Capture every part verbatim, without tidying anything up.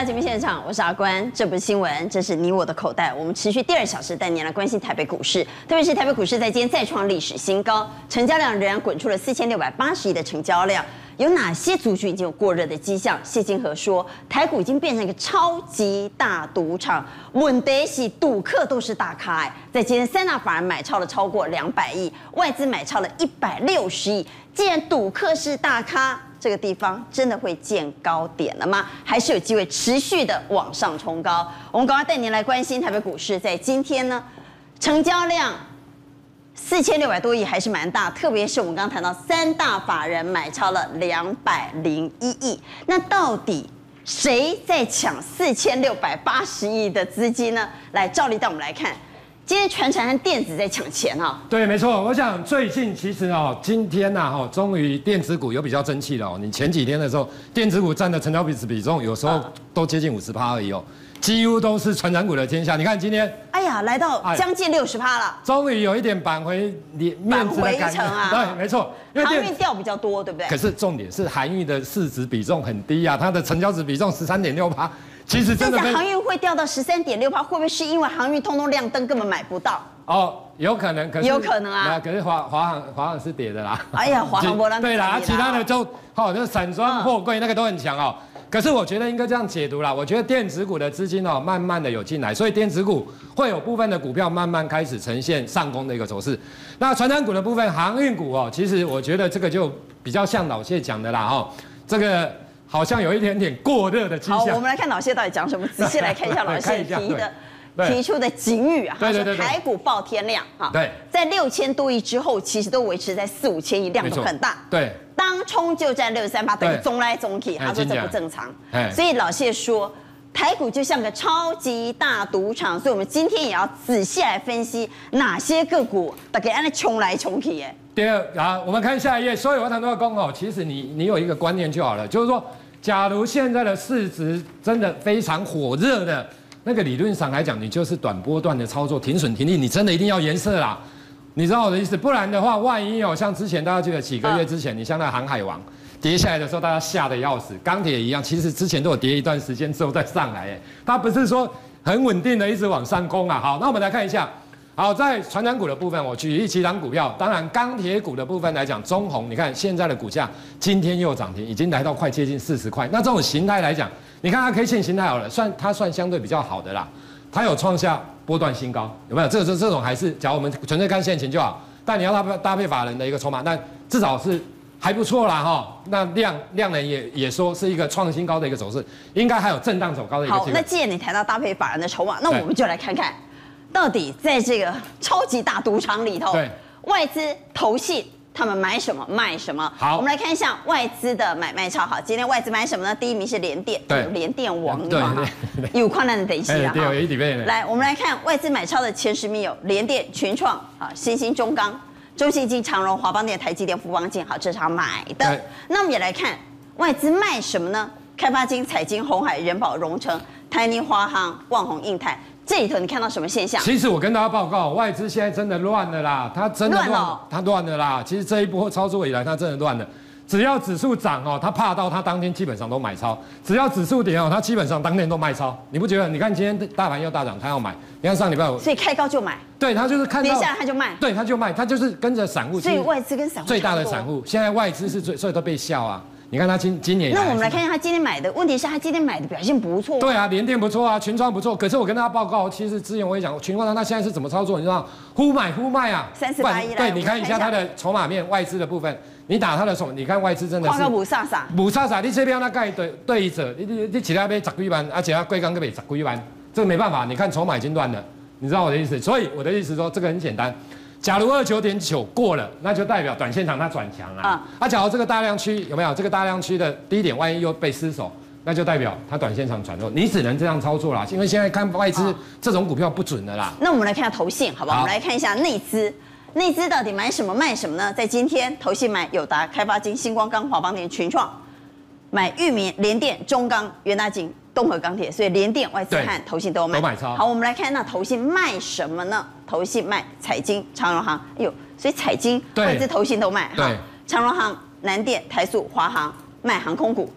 节目现场，我是阿关，这不是新闻，这是你我的口袋。我们持续第二小时带您来关心台北股市，特别是台北股市在今天再创历史新高，成交量仍然滚出了四千六百八十亿的成交量。有哪些族群已经有过热的迹象？谢金河说，台股已经变成一个超级大赌场，问题是赌客都是大咖、欸。在今天三大法人买超了超过两百亿，外资买超了一百六十亿。既然赌客是大咖，这个地方真的会见高点了吗？还是有机会持续的往上冲高？我们赶快带您来关心台北股市，在今天呢，成交量四千六百多亿还是蛮大，特别是我们刚刚谈到三大法人买超了两百零一亿，那到底谁在抢四千六百八十亿的资金呢？来，照例带我们来看。今天传产和电子在抢钱哈、哦， 对，没错。我想最近其实哦，今天呐、啊、哈，终于电子股有比较争气了哦。你前几天的时候，电子股占的成交比比重有时候都接近五十趴而已哦，几乎都是传产股的天下。你看今天， 哎呀，来到将近六十趴了， 终于有一点扳回面子的感觉啊。 对，没错， 因为航运掉比较多，对不对？ 可是重点是航运的市值比重很低啊，它的成交值比重十三点六趴。其实真的在航运会掉到十三点六趴，会不会是因为航运通通亮灯，根本买不到？ 哦，有可能，可是有可能啊。 可是华华航华航是跌的啦。 哎呀，华航波浪对啦，其他的就好，那散装货柜那个都很强哦。可是我觉得应该这样解读啦，我觉得电子股的资金哦，慢慢的有进来，所以电子股会有部分的股票慢慢开始呈现上攻的一个走势。那传产股的部分，航运股哦，其实我觉得这个就比较像老谢讲的啦，哈，这个。好像有一点点过热的迹象。 好，我们来看老谢到底讲什么，仔细来看一下老谢提的提出的警语啊。他说台股爆天量哈， 对， 在六千多亿之后，其实都维持在四五千亿，量都很大。 对， 当冲就占六十三趴，等于中来中去，他说这不正常。所以老谢说，台股就像个超级大赌场，所以我们今天也要仔细来分析哪些个股大概按那冲来冲去耶。 第二啊，我们看下一页。所以我谈到公哦，其实你你有一个观念就好了，就是说，假如现在的市值真的非常火热的，那个理论上来讲，你就是短波段的操作，停损停利，你真的一定要颜色啦。你知道我的意思？不然的话，万一哦，像之前大家记得几个月之前，你像那航海王跌下来的时候，大家吓得要死。钢铁一样，其实之前都有跌一段时间之后再上来，哎，它不是说很稳定的一直往上攻啊。好，那我们来看一下。好，在传产股的部分，我举例几档股票。当然，钢铁股的部分来讲，中鸿，你看现在的股价今天又涨停，已经来到快接近四十块。那这种形态来讲，你看它 K 线形态好了，算它算相对比较好的啦。它有创下波段新高，有没有？这个这这种还是，假如我们纯粹看现行就好。但你要搭配搭配法人的一个筹码，那至少是还不错啦哈。那量量能也也说是一个创新高的一个走势，应该还有震荡走高的一个机会。 好，那既然你谈到搭配法人的筹码，那我们就来看看。到底在这个超级大赌场里头， 对外资、投信他们买什么卖什么？ 好， 我们来看一下外资的买卖超好。今天外资买什么呢？第一名是联电， 对， 联电王， 对， 有困难的等一下哈。 来，我们来看外资买超的前十名有联电、群创、啊、新兴、中钢、中信金、长荣、华邦电、台积电、富邦金，好，这场买的。那我们也来看外资卖什么呢？开发金、彩金、鸿海、人保、荣成、台泥、华航、旺宏、印泰。这里头你看到什么现象？ 其实我跟大家报告，外资现在真的乱了啦，它真的乱了，它乱了啦。其实这一波操作以来，它真的乱了。只要指数涨哦，它怕到它当天基本上都买超；只要指数跌哦，它基本上当天都卖超。你不觉得？你看今天大盘又大涨，它要买。你看上礼拜五， 所以开高就买。 对，它就是看到跌下来它就卖。 对，它就卖，它就是跟着散户。 所以外资跟散户最大的散户，现在外资是最，所以都被笑啊。你看他今今年， 那我们来看一下他今天买的，问题是他今天买的表现不错、啊。 对啊，联电不错啊，群创不错。可是我跟大家报告，其实之前我也讲，群创他现在是怎么操作？你知道，忽买忽卖啊， 三十八亿。 对，你看一下他的筹码面，外资的部分，你打他的手，你看外资真的是。 看个母萨萨。 母萨萨，你这边那盖对对者，你你你其他边十几万，而且他贵钢个别十几万，这个没办法，你看筹码已经乱了，你知道我的意思？所以我的意思说，这个很简单。假如二九点九过了，那就代表短线场它转强啊。啊，假如这个大量区有没有这个大量区的低点，万一又被失守，那就代表它短线场转弱。你只能这样操作啦，因为现在看外资这种股票不准的啦。 那我们来看下投信，好不好？好，我们来看一下内资，内资到底买什么卖什么呢？在今天，投信买友达、开发金、星光钢、华邦电、群创，买裕民、联电、中钢、元大金。东和钢铁，所以联电、外资和投信都有买， 都买超。 好，我们来看那投信卖什么呢？投信卖彩金、长荣航，哎呦，所以彩金、外资、投信都卖。 对， 长荣航、南电、台塑、华航卖航空股，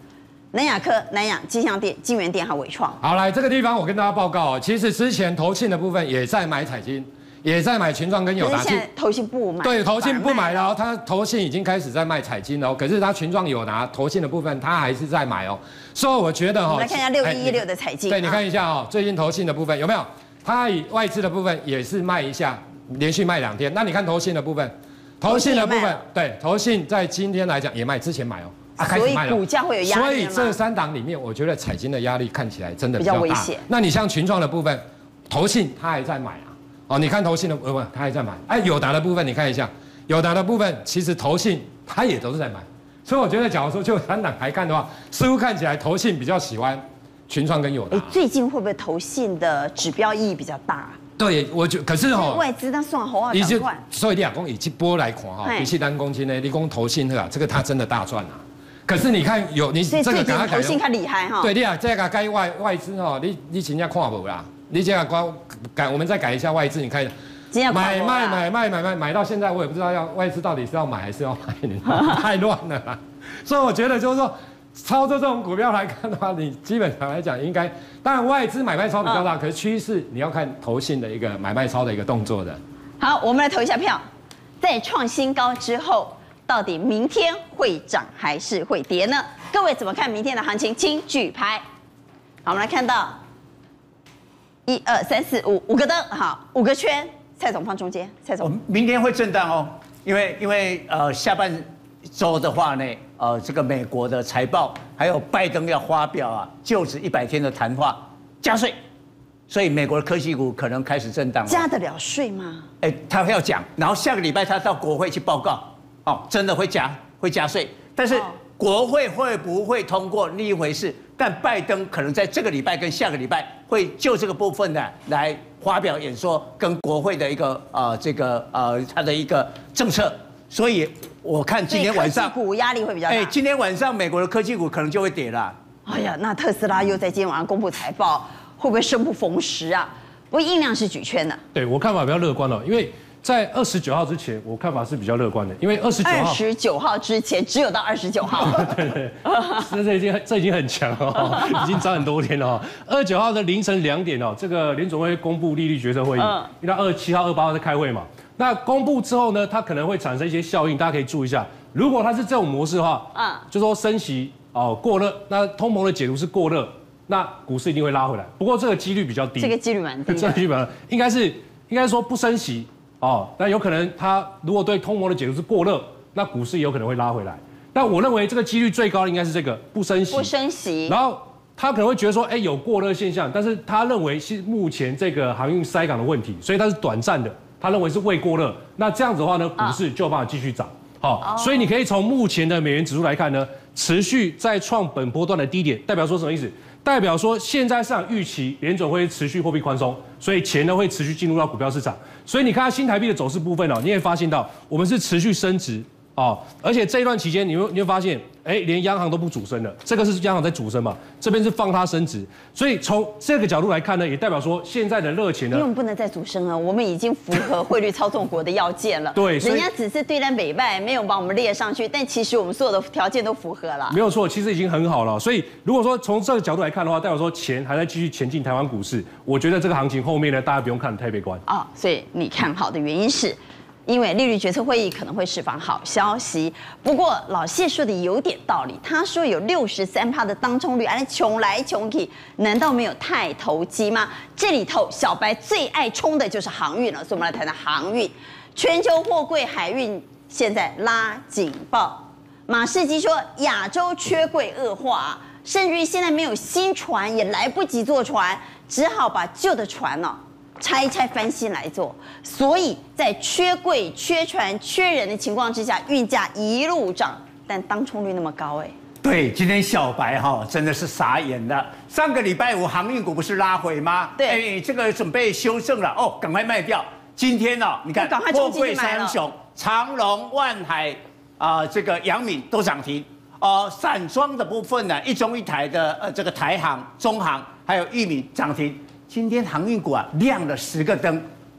南亚科、南亚、金像电、金源电和伟创。 好，来这个地方我跟大家报告哦，其实之前投信的部分也在买彩金，也在买群创跟友达。 现在投信不买， 对，投信不买了，他投信已经开始在卖彩金了，可是他群创友达投信的部分，他还是在买哦。所以我觉得哈， 我们来看一下六一一六的彩金。 对，你看一下哦，最近投信的部分有没有？它以外资的部分也是卖一下，连续卖两天。那你看投信的部分，投信的部分，对，投信在今天来讲也卖，之前买哦。啊、 所以股价会有压力。 所以这三档里面，我觉得彩金的压力看起来真的比较大。 危险。 那你像群创的部分，投信它还在买啊。哦，你看投信的部分，它还在买。哎，友达的部分你看一下，友达的部分其实投信它也都是在买。所以我觉得，假如说就三档来看的话，似乎看起来投信比较喜欢群创跟友达。 哎，最近会不会投信的指标意义比较大、啊？ 对，我觉可是哦， 外资它算好啊， 以就所以你讲以这波来看哈，比起单公斤呢，你讲投信啊，这个它真的大赚啊。可是你看有你这个赶快投信它厉害哈。 对，你啊这个该外外资哈，你你真正看不啦？你这个改我们再改一下外资，你看买卖买卖买卖买到现在，我也不知道要外资到底是要买还是要卖，太乱了啦。所以我觉得就是说，操作这种股票来看的话，你基本上来讲应该，当然外资买卖超比较大，可是趋势你要看投信的一个买卖超的一个动作的。 好，我们来投一下票，在创新高之后。到底明天会涨还是会跌呢？各位怎么看明天的行情？请举牌。好，我们来看到一二三四五五个灯，好，五个圈。蔡总放中间，蔡总。 明天会震荡哦，因为因为呃下半周的话呢，呃这个美国的财报还有拜登要发表啊就职一百天的谈话加税，所以美国的科技股可能开始震荡。 加得了税吗？ 哎，他要讲，然后下个礼拜他到国会去报告。哦，真的会加会加税，但是国会会不会通过另一回事。但拜登可能在这个礼拜跟下个礼拜会就这个部分呢来发表演说，跟国会的一个呃这个呃他的一个政策。所以我看今天晚上科技股压力会比较大。 哎，今天晚上美国的科技股可能就会跌了。 哎呀，那特斯拉又在今天晚上公布财报，会不会生不逢时啊？不过印量是举圈的。 对我看法比较乐观了，因为。在二十九号之前，我看法是比较乐观的，因为二十九号、 二十九号之前只有到二十九号， 对对，这这已经这已经很强了、哦，已经涨很多天了、哦。二十九号的凌晨两点哦，这个联总会公布利率决策会议，嗯、因为他二十七号、二十八号在开会嘛。那公布之后呢，它可能会产生一些效应，大家可以注意一下。如果它是这种模式的话，嗯，就说升息哦过热，那通膨的解读是过热，那股市一定会拉回来。不过这个几率比较低， 这个几率蛮低的， 这个基本上应该是应该说不升息。哦，那有可能它如果对通膨的解读是过热，那股市也有可能会拉回来。但我认为这个几率最高的应该是这个不升息。 不升息。 然后他可能会觉得说，哎，有过热现象，但是他认为是目前这个航运塞港的问题，所以它是短暂的，他认为是未过热。那这样子的话呢，股市就有办法继续涨。好、哦，所以你可以从目前的美元指数来看呢，持续再创本波段的低点，代表说什么意思？代表说现在市场预期联总会持续货币宽松，所以钱呢会持续进入到股票市场。所以你看它新台币的走势部分哦，你也发现到我们是持续升值哦，而且这一段期间你会你会发现，哎，连央行都不主升了，这个是央行在主升嘛，这边是放它升值。所以从这个角度来看呢，也代表说现在的热钱呢， 因为我们不能再主升了，我们已经符合汇率操纵国的要件了。 对， 人家只是对单北拜没有把我们列上去，但其实我们所有的条件都符合了。 没有错，其实已经很好了。所以如果说从这个角度来看的话，代表说钱还在继续前进台湾股市，我觉得这个行情后面呢，大家不用看得太悲观啊、哦。所以你看好的原因是。因为利率决策会议可能会释放好消息，不过老谢说的有点道理。他说有六十三趴的当冲率，哎，穷来穷去，难道没有太投机吗？这里头小白最爱冲的就是航运了，所以我们来谈谈航运。全球货柜海运现在拉警报，马士基说亚洲缺柜恶化，甚至于现在没有新船，也来不及坐船，只好把旧的船呢、哦。拆一拆翻新来做，所以在缺柜、缺船、缺人的情况之下，运价一路涨，但当冲率那么高，哎， 对，今天小白哈真的是傻眼了。上个礼拜五航运股不是拉回吗？ 对， 哎，这个准备修正了哦，赶快卖掉。今天呢，你看货柜三雄，长荣、万海啊、呃，这个阳明都涨停。哦，散装的部分呢，一中一台的呃这个台航、中航还有裕民涨停。今天航运股啊亮了十个灯，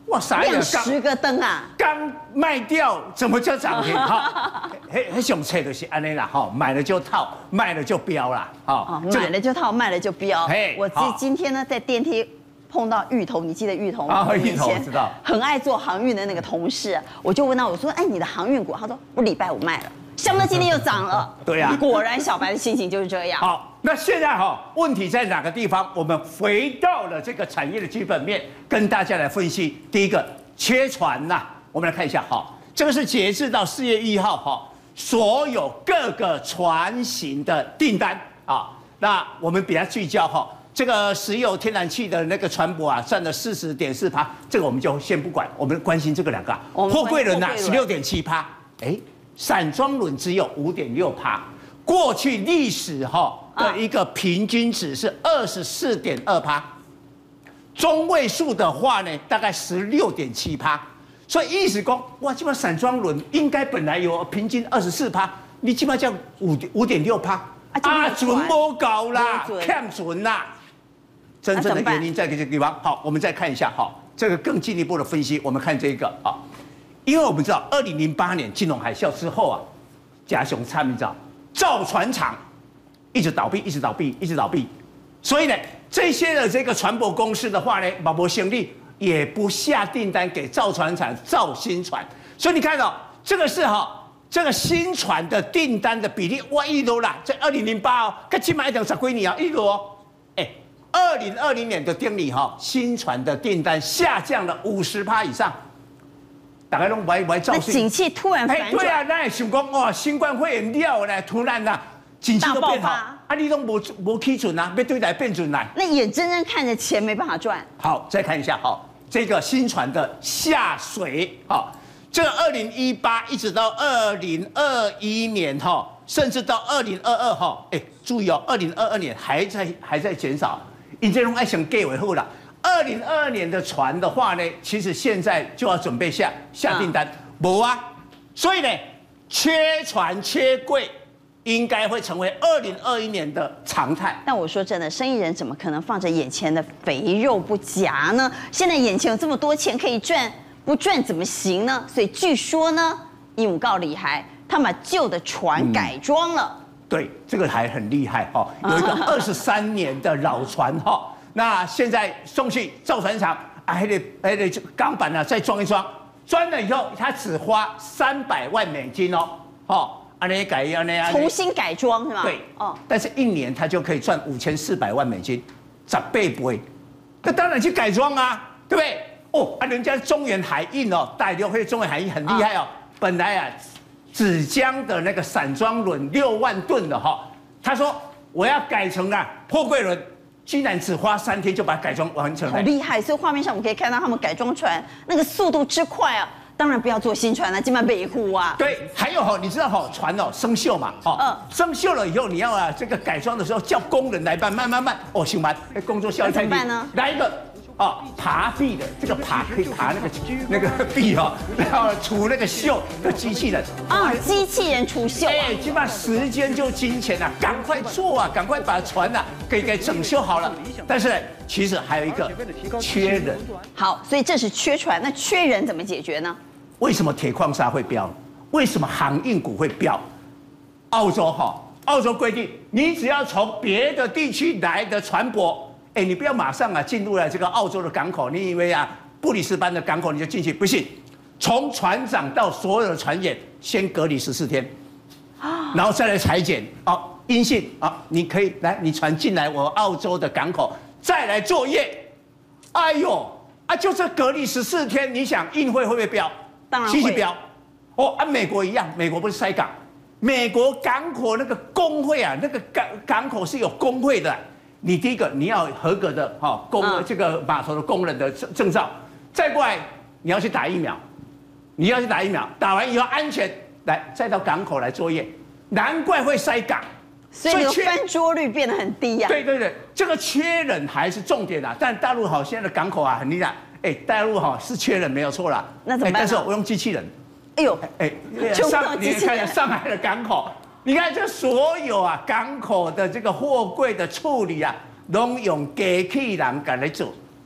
哇，傻眼， 亮十个灯啊！ 刚卖掉怎么叫涨停？哈，黑黑熊车就是安尼啦，哈，买了就套，卖了就飙啦， 哦，买了就套，卖了就飙。我今今天呢在电梯碰到芋头，你记得芋头吗？ 啊，芋头我知道， 很爱做航运的那个同事，我就问他，我说，哎，你的航运股？他说我礼拜五卖了。想不到今天又涨了， 对呀、啊， 果然小白的心情就是这样。 好，那现在哈，问题在哪个地方？我们回到了这个产业的基本面，跟大家来分析。第一个，缺船呐、啊，我们来看一下哈，这个是截至到四月一号哈，所有各个船型的订单啊。那我们比较聚焦哈，这个石油天然气的那个船舶啊，占了四十点四趴，这个我们就先不管，我们关心这个两个、啊，货柜轮呐，十六点七趴，哎。散装轮只有五点六趴，过去历史哈的一个平均值是二十四点二趴，中位数的话呢，大概十六点七趴，所以意思讲，哇，基本上散装轮应该本来有平均二十四趴，你基本上五五点六趴，啊，准不高啦，欠准啦，真正的原因在这个地方。好，我们再看一下哈，这个更进一步的分析，我们看这个啊。因为我们知道，二零零八年金融海啸之后啊，嘉雄参与到造船厂一直倒闭，一直倒闭，一直倒闭，所以呢，这些的这个船舶公司的话呢，马博兴利也不下订单给造船厂造新船，所以你看到、哦、这个是哈、哦，这个新船的订单的比例哇一路啦，在二零零八哦，跟起码一等十几年啊一路哦，哎，二零二零年的定理哈，新船的订单下降了五十趴以上。大家拢歪歪造势， 那景气突然反转， 对啊，那想讲哇，新冠肺炎了呢，突然呐、啊，景气都变好，啊，你都无无起准啊，要对来变准来， 那眼睁睁看着钱没办法赚。 好，再看一下哈，这个新船的下水，哈，这个二零一八一直到二零二一年哈，甚至到二零二二哈，哎，注意哦，二零二二年还在还在减少，因这种爱想给维护了。二零二二年的船的话呢，其实现在就要准备下下订单，没啊，所以呢，缺船缺柜应该会成为二零二一年的常态。 但我说真的，生意人怎么可能放着眼前的肥肉不夹呢？现在眼前有这么多钱可以赚，不赚怎么行呢？所以据说呢，尹武告厉害，他把旧的船改装了。嗯、 对，这个还很厉害哈、哦，有一个二十三年的老船哈。哦那现在送去造船厂，啊，还得还得钢板啊，再装一装，装了以后，他只花三百万美金哦，哦，按那改按那重新改装是吗？ 对，哦，但是一年他就可以赚五千四百万美金，十倍不会，那当然去改装啊，对不对？哦，啊，人家中原海运哦，大陆会中原海运很厉害哦，本来啊，芷江的那个散装轮六万吨的哈，他说我要改成啊货柜轮。居然只花三天就把改装完成了， 好厉害！所以画面上我们可以看到他们改装船那个速度之快啊，当然不要做新船了，基本维护啊。 对，还有哈，你知道哈，船哦生锈嘛，哦，嗯、生锈了以后，你要啊这个改装的时候叫工人来办，慢慢慢，哦，行吧，工作效率太低， 怎么办呢？ 来一个。哦，爬壁的这个爬可以爬那个那个壁哦，然后除那个锈的机器人啊，机器人除锈， 哎，起码时间就金钱啊，赶快做啊，赶快把船啊给给整修好了。但是其实还有一个缺人， 好，所以这是缺船，那缺人怎么解决呢？ 为什么铁矿砂会飙？为什么航运股会飙？澳洲哈，澳洲规定，你只要从别的地区来的船舶。哎，你不要马上啊进入了这个澳洲的港口，你以为啊布里斯班的港口你就进去？不信，从船长到所有的船员先隔离十四天，然后再来裁剪，哦，阴性啊，你可以来，你船进来我澳洲的港口再来作业。哎呦啊，就这隔离十四天，你想运费会不会飙？ 当然会。 继续飙。哦，按、啊、美国一样，美国不是塞港，美国港口那个工会啊，那个港港口是有工会的。你第一个你要合格的哈工这个码头的工人的证证照，再过来你要去打疫苗，你要去打疫苗，打完以后安全来再到港口来作业，难怪会塞港， 所以你的翻桌率变得很低呀、啊。 对对对，这个缺人还是重点啊，但大陆好现在的港口啊很厉害，哎，大陆哈是缺人没有错啦， 那怎么办？ 但是我用机器人， 哎呦， 哎，上你看一下上海的港口。你看这所有啊港口的这个货柜的处理啊，都用机器人给来做，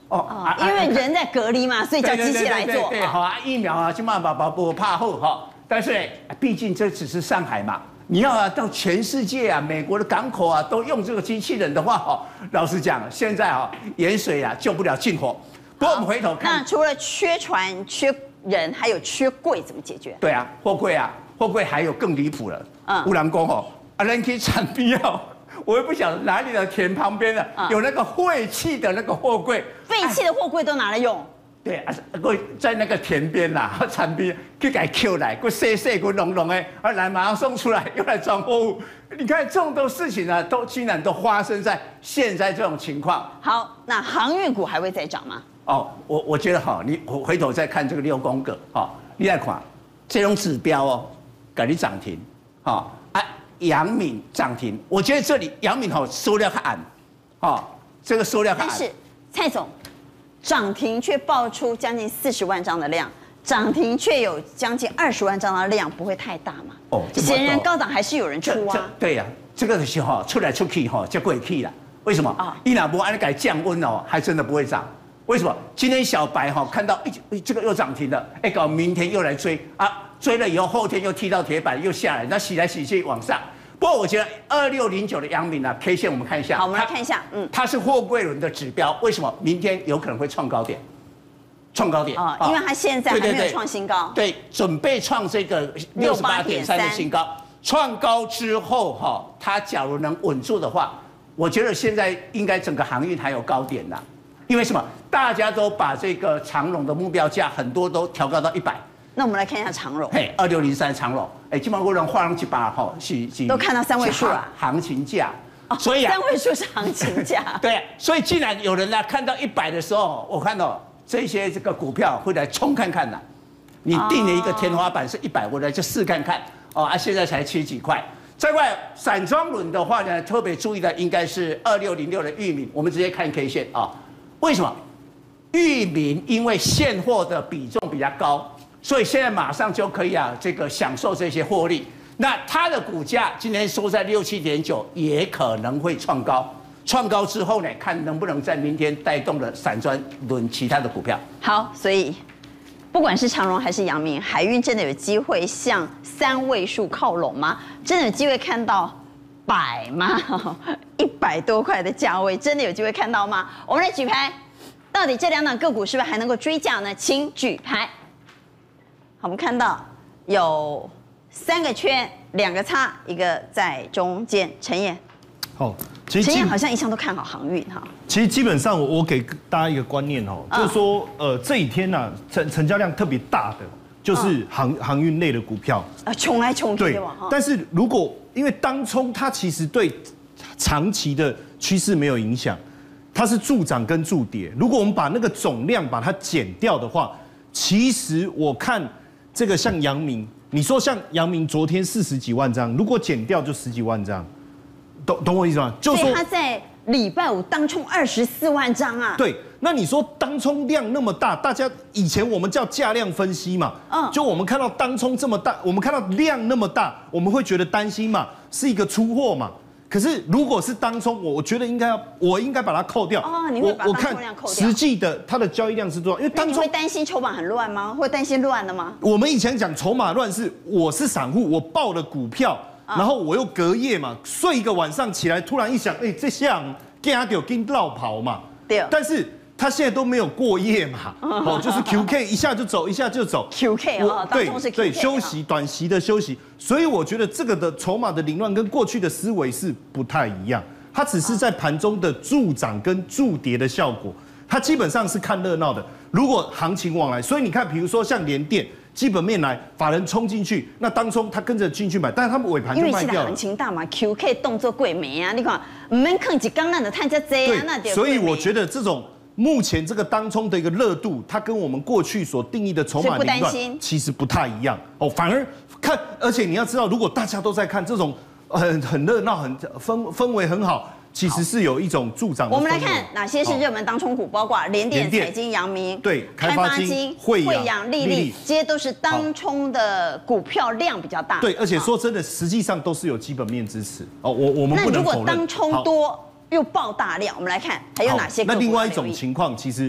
哦，因为人在隔离嘛，所以叫机器来做。 对，好啊，疫苗啊，就慢慢把不怕后哈。但是毕竟这只是上海嘛，你要啊到全世界啊，美国的港口啊都用这个机器人的话，哈，老实讲，现在啊盐水啊救不了近火。不过我们回头看， 那除了缺船、缺人，还有缺柜，怎么解决？ 对啊，货柜啊，货柜还有更离谱了。嗯，乌兰公哦，啊，人去产必要。我也不晓得哪里的田旁边的、嗯、有那个废弃的那个货柜， 废弃的货柜都拿来用。 对啊，我在那个田边啦，产品去给 Q 来，个细细个隆隆的，啊来马上送出来，又来装货物。你看这种多事情呢、啊，都竟然都发生在现在这种情况。 好，那航运股还会再涨吗？ 哦，我我觉得哈，你回头再看这个六宫格，哈，你来看这种指标哦，给你涨停，哈。阳明涨停，我觉得这里阳明吼收量暗，哦，这个收量暗。 但是蔡总，涨停却爆出将近四十万张的量，涨停却有将近二十万张的量，不会太大吗？哦，显然高档还是有人出啊。 对呀、啊，这个是哈出来出去哈就过去了。为什么？啊，一两波按改降温哦，还真的不会涨。为什么？今天小白哈看到哎这个又涨停了，哎搞明天又来追啊。追了以后，后天又踢到铁板，又下来，那洗来洗去往上。不过我觉得二六零九的阳明啊 ，K 线我们看一下。 好，我们来看一下， 嗯，它是货柜轮的指标，为什么？明天有可能会创高点，创高点啊、哦，因为它现在还没有创新高， 对，对对准备创这个六十八点三的新高。创高之后哈，它假如能稳住的话，我觉得现在应该整个航运还有高点啦。因为什么？大家都把这个长荣的目标价很多都调高到一百。 那我们来看一下长荣， 嘿，二六零三长荣，哎，基本上我能画上去把哈，是是都看到三位数了， 行情价， 哦、所以、啊、三位数是行情价， 对、啊，所以既然有人呢看到一百的时候，我看到这些这个股票会来冲看看的，你定了一个天花板是一百，我来就试看看，哦啊，现在才七几块。再外散装轮的话呢，特别注意的应该是二六零六的裕民，我们直接看 K 线啊，为什么？裕民因为现货的比重比较高。所以现在马上就可以啊，这个享受这些获利。那它的股价今天收在六七点九，也可能会创高。创高之后呢，看能不能在明天带动了散装轮其他的股票。 好，所以不管是长荣还是阳明，海运真的有机会向三位数靠拢吗？真的有机会看到百吗？一百多块的价位，真的有机会看到吗？我们来举牌，到底这两档个股是不是还能够追价呢？请举牌。我们看到有三个圈，两个叉，一个在中间。陈燕， 好，其实陈燕好像一向都看好航运哈。 其实基本上我我给大家一个观念哦，嗯、就是说呃这几天呢、啊、成成交量特别大的就是航、嗯、航运类的股票啊，冲来冲去对吧？但是如果因为当冲它其实对长期的趋势没有影响，它是助涨跟助跌。如果我们把那个总量把它减掉的话，其实我看。这个像阳明，你说像阳明昨天四十几万张，如果减掉就十几万张，懂懂我意思吗？ 就所以他在礼拜五当冲二十四万张啊。 对，那你说当冲量那么大，大家以前我们叫价量分析嘛，嗯，就我们看到当冲这么大，我们看到量那么大，我们会觉得担心嘛，是一个出货嘛。可是如果是当冲，我我觉得应该要，我应该把它扣掉。 哦，你会把当冲量扣掉？ 实际的它的交易量是多少？因为当冲会担心筹码很乱吗？会担心乱的吗？ 我们以前讲筹码乱是，我是散户，我报了股票，嗯、然后我又隔夜嘛，睡一个晚上起来，突然一想，哎、欸，这项给他丢跟绕跑嘛。 对。 但是他现在都没有过夜嘛，哦，就是 Q K 一下就走，一下就走。 Q K 啊，当中是 Q K 对对，休息短期的休息。所以我觉得这个的筹码的凌乱跟过去的思维是不太一样，它只是在盘中的助涨跟助跌的效果，它基本上是看热闹的。如果行情往来，所以你看，比如说像联电，基本面来，法人冲进去，那当中他跟着进去买，但是他们尾盘就卖掉了。 因为现在行情大嘛 ，Q K 动作贵没啊？你看，唔免坑一缸，那就探只济啊，那就。 所以我觉得这种。目前这个当冲的一个热度，它跟我们过去所定义的筹码凌乱其实不太一样哦，反而看，而且你要知道，如果大家都在看这种很很热闹、很氛氛围很好，其实是有一种助长的。 我们来看哪些是热门当冲股，包括联电、彩晶、阳明、 对、 开发金、惠阳、丽丽，这些都是当冲的股票量比较大。 对，而且说真的，实际上都是有基本面支持哦。我我们不能否认。 那如果当冲多？又爆大量，我们来看还有哪些？ 那另外一种情况，其实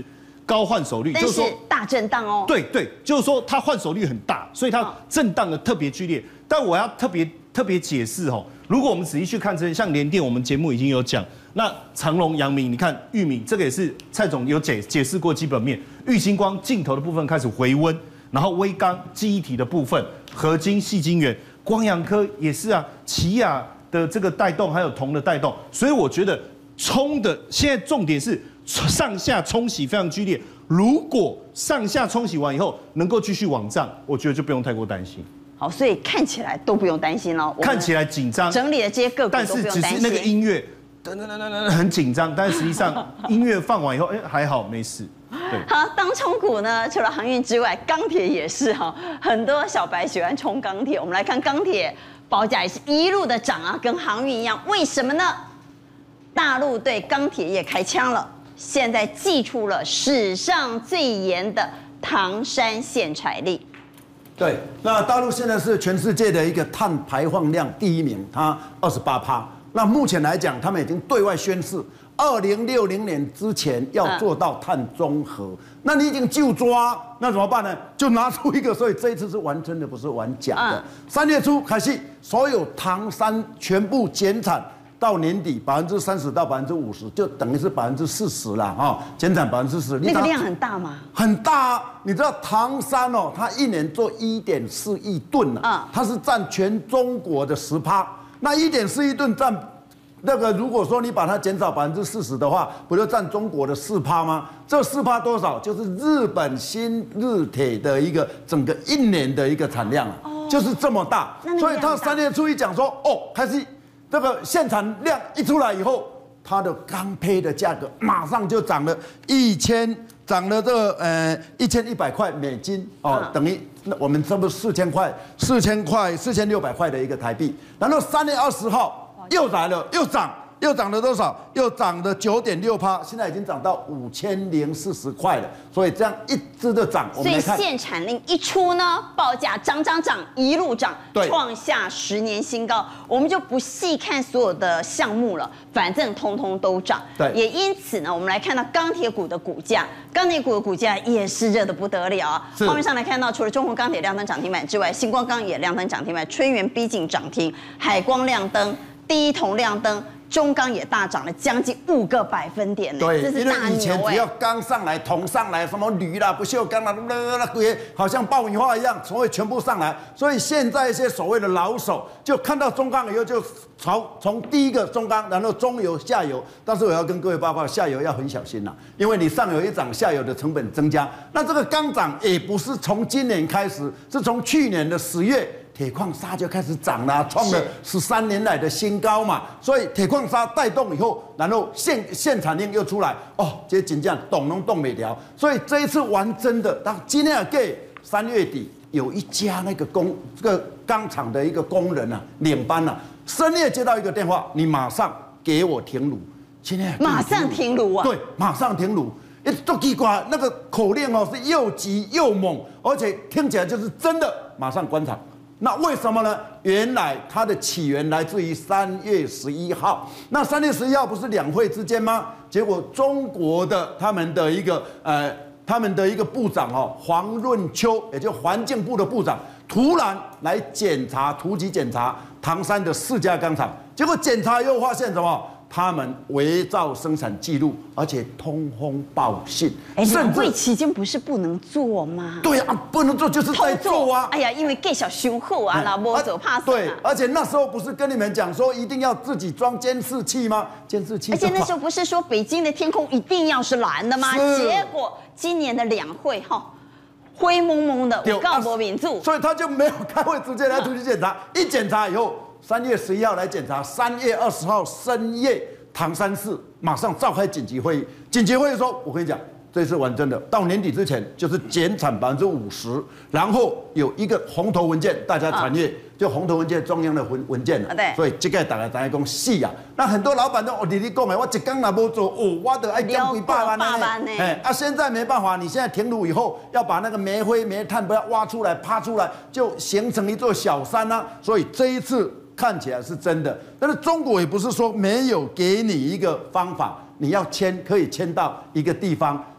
高换手率， 但就是说大震荡哦。 对对，就是说它换手率很大，所以它震荡的特别剧烈。但我要特别特别解释哦，如果我们仔细去看这些，像联电，我们节目已经有讲，那长荣、阳明，你看裕民，这个也是蔡总有解解释过基本面，玉晶光镜头的部分开始回温，然后微刚记忆体的部分，合金、矽晶圆。光阳科也是啊，奇亚的这个带动，还有铜的带动，所以我觉得冲的现在重点是上下冲洗非常剧烈。如果上下冲洗完以后能够继续往上，我觉得就不用太过担心。 好，所以看起来都不用担心了。 看起来紧张， 整理的这些个股但是只是那个音乐噔噔噔噔噔很紧张，但是实际上音乐放完以后，哎还好没事。对， 好，当冲股呢，除了航运之外，钢铁也是哈，很多小白喜欢冲钢铁。我们来看钢铁报价也是一路的涨啊，跟航运一样，为什么呢？大陆对钢铁业开枪了，现在祭出了史上最严的唐山限产令。 对，那大陆现在是全世界的一个碳排放量第一名，它二十八趴。那目前来讲，他们已经对外宣示，二零六零年之前要做到碳中和。嗯、那你已经就抓，那怎么办呢？就拿出一个，所以这一次是玩真的，不是玩假的。三、嗯、月初开始，所有唐山全部减产。到年底百分之三十到百分之五十，就等于是百分之四十了哈，减产百分之四十。 那个量很大吗？ 很大啊！你知道唐山哦，它一年做一点四亿吨啊，它是占全中国的十趴。那一点四亿吨占那个，如果说你把它减少百分之四十的话，不就占中国的四趴吗？这四趴多少？就是日本新日铁的一个整个一年的一个产量啊，哦、就是这么大。所以他三月初一讲说，哦，开始。这个限产量一出来以后，它的钢坯的价格马上就涨了一千，涨了这个呃一千一百块美金哦，嗯、等于我们差不多四千块，四千块四千六百块的一个台币。然后三月二十号又来了，又涨，又涨了多少？又涨了九点六趴，现在已经涨到五千零四十块了。所以这样一直的涨，我们来看。 所以限产令一出呢，报价涨涨涨，一路涨，创下十年新高。我们就不细看所有的项目了，反正通通都涨。 对， 也因此呢，我们来看到钢铁股的股价，钢铁股的股价也是热得不得了啊。画面上来看到，除了中国钢铁亮灯涨停板之外，星光钢也亮灯涨停板，春源逼近涨停，海光亮灯，第一铜亮灯。中钢也大涨了将近五个百分点呢， 对， 这是大牛哎！ 因为以前只要钢上来、铜上来，什么铝啦、不锈钢啦，那鬼好像爆米花一样，所以全部上来。所以现在一些所谓的老手就看到中钢以后，就朝从第一个中钢，然后中游、下游。但是我要跟各位报告，下游要很小心啦，因为你上游一涨，下游的成本增加。那这个钢涨也不是从今年开始，是从去年的十月。铁矿砂就开始涨了，创了十三年来的新高嘛，所以铁矿砂带动以后，然后限限产令又出来，哦，这些金价动能动没了，所以这一次玩真的，当今天给三月底有一家那个工这个钢厂的一个工人啊，领班啊，深夜接到一个电话，你马上给我停炉，今天马上停炉啊， 对，马上停炉。哎，都奇怪，那个口令哦是又急又猛，而且听起来就是真的，马上关厂。那为什么呢？原来它的起源来自于三月十一号。那三月十一号不是两会之间吗？结果中国的他们的一个呃，他们的一个部长哦，黄润秋，也就环境部的部长，突然来检查，突击检查唐山的四家钢厂，结果检查又发现什么？他们伪造生产记录，而且通风报信。 哎，两会期间不是不能做吗？ 对啊，不能做就是在做啊。 哎呀，因为更小雄厚啊，那摸走怕死。 对，而且那时候不是跟你们讲说一定要自己装监视器吗？监视器。 而且那时候不是说北京的天空一定要是蓝的吗？结果今年的两会哈，灰蒙蒙的，我告博民主， 所以他就没有开会，直接来突击检查。一检查以后。三月十一号来检查，三月二十号深夜，唐山市马上召开紧急会议。紧急会议说：“我跟你讲，这次玩真的，到年底之前就是减产百分之五十，然后有一个红头文件，大家传阅，就红头文件中央的文文件了。对，所以这个大家大家讲细啊。那很多老板都哦，你你讲的，我一天也没做，哦，我得爱减几百万呢。哎，啊，现在没办法，你现在停炉以后，要把那个煤灰、煤炭不要挖出来、趴出来，就形成一座小山啊。所以这一次。”看起来是真的，但是中国也不是说没有给你一个方法，你要迁可以迁到一个地方，